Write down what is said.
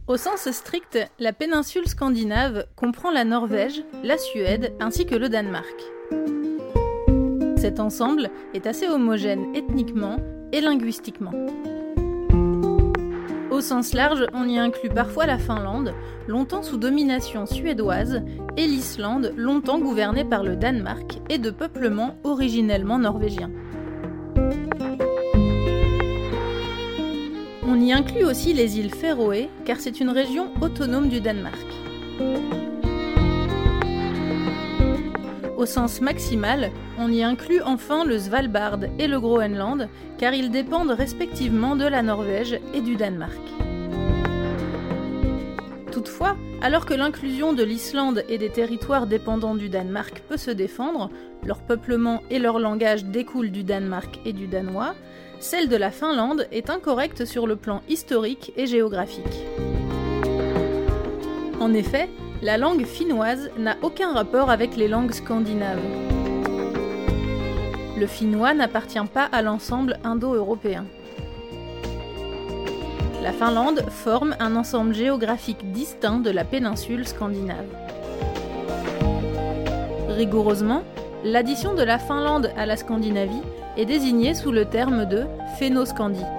Au sens strict, la péninsule scandinave comprend la Norvège, la Suède ainsi que le Danemark. Cet ensemble est assez homogène ethniquement et linguistiquement. Au sens large, on y inclut parfois la Finlande, longtemps sous domination suédoise, et l'Islande, longtemps gouvernée par le Danemark et de peuplement originellement norvégien. On y inclut aussi les îles Féroé, car c'est une région autonome du Danemark. Au sens maximal, on y inclut enfin le Svalbard et le Groenland, car ils dépendent respectivement de la Norvège et du Danemark. Toutefois, alors que l'inclusion de l'Islande et des territoires dépendants du Danemark peut se défendre, leur peuplement et leur langage découlent du Danemark et du danois, celle de la Finlande est incorrecte sur le plan historique et géographique. En effet, la langue finnoise n'a aucun rapport avec les langues scandinaves. Le finnois n'appartient pas à l'ensemble indo-européen. La Finlande forme un ensemble géographique distinct de la péninsule scandinave. Rigoureusement, l'addition de la Finlande à la Scandinavie est désignée sous le terme de Fennoscandie.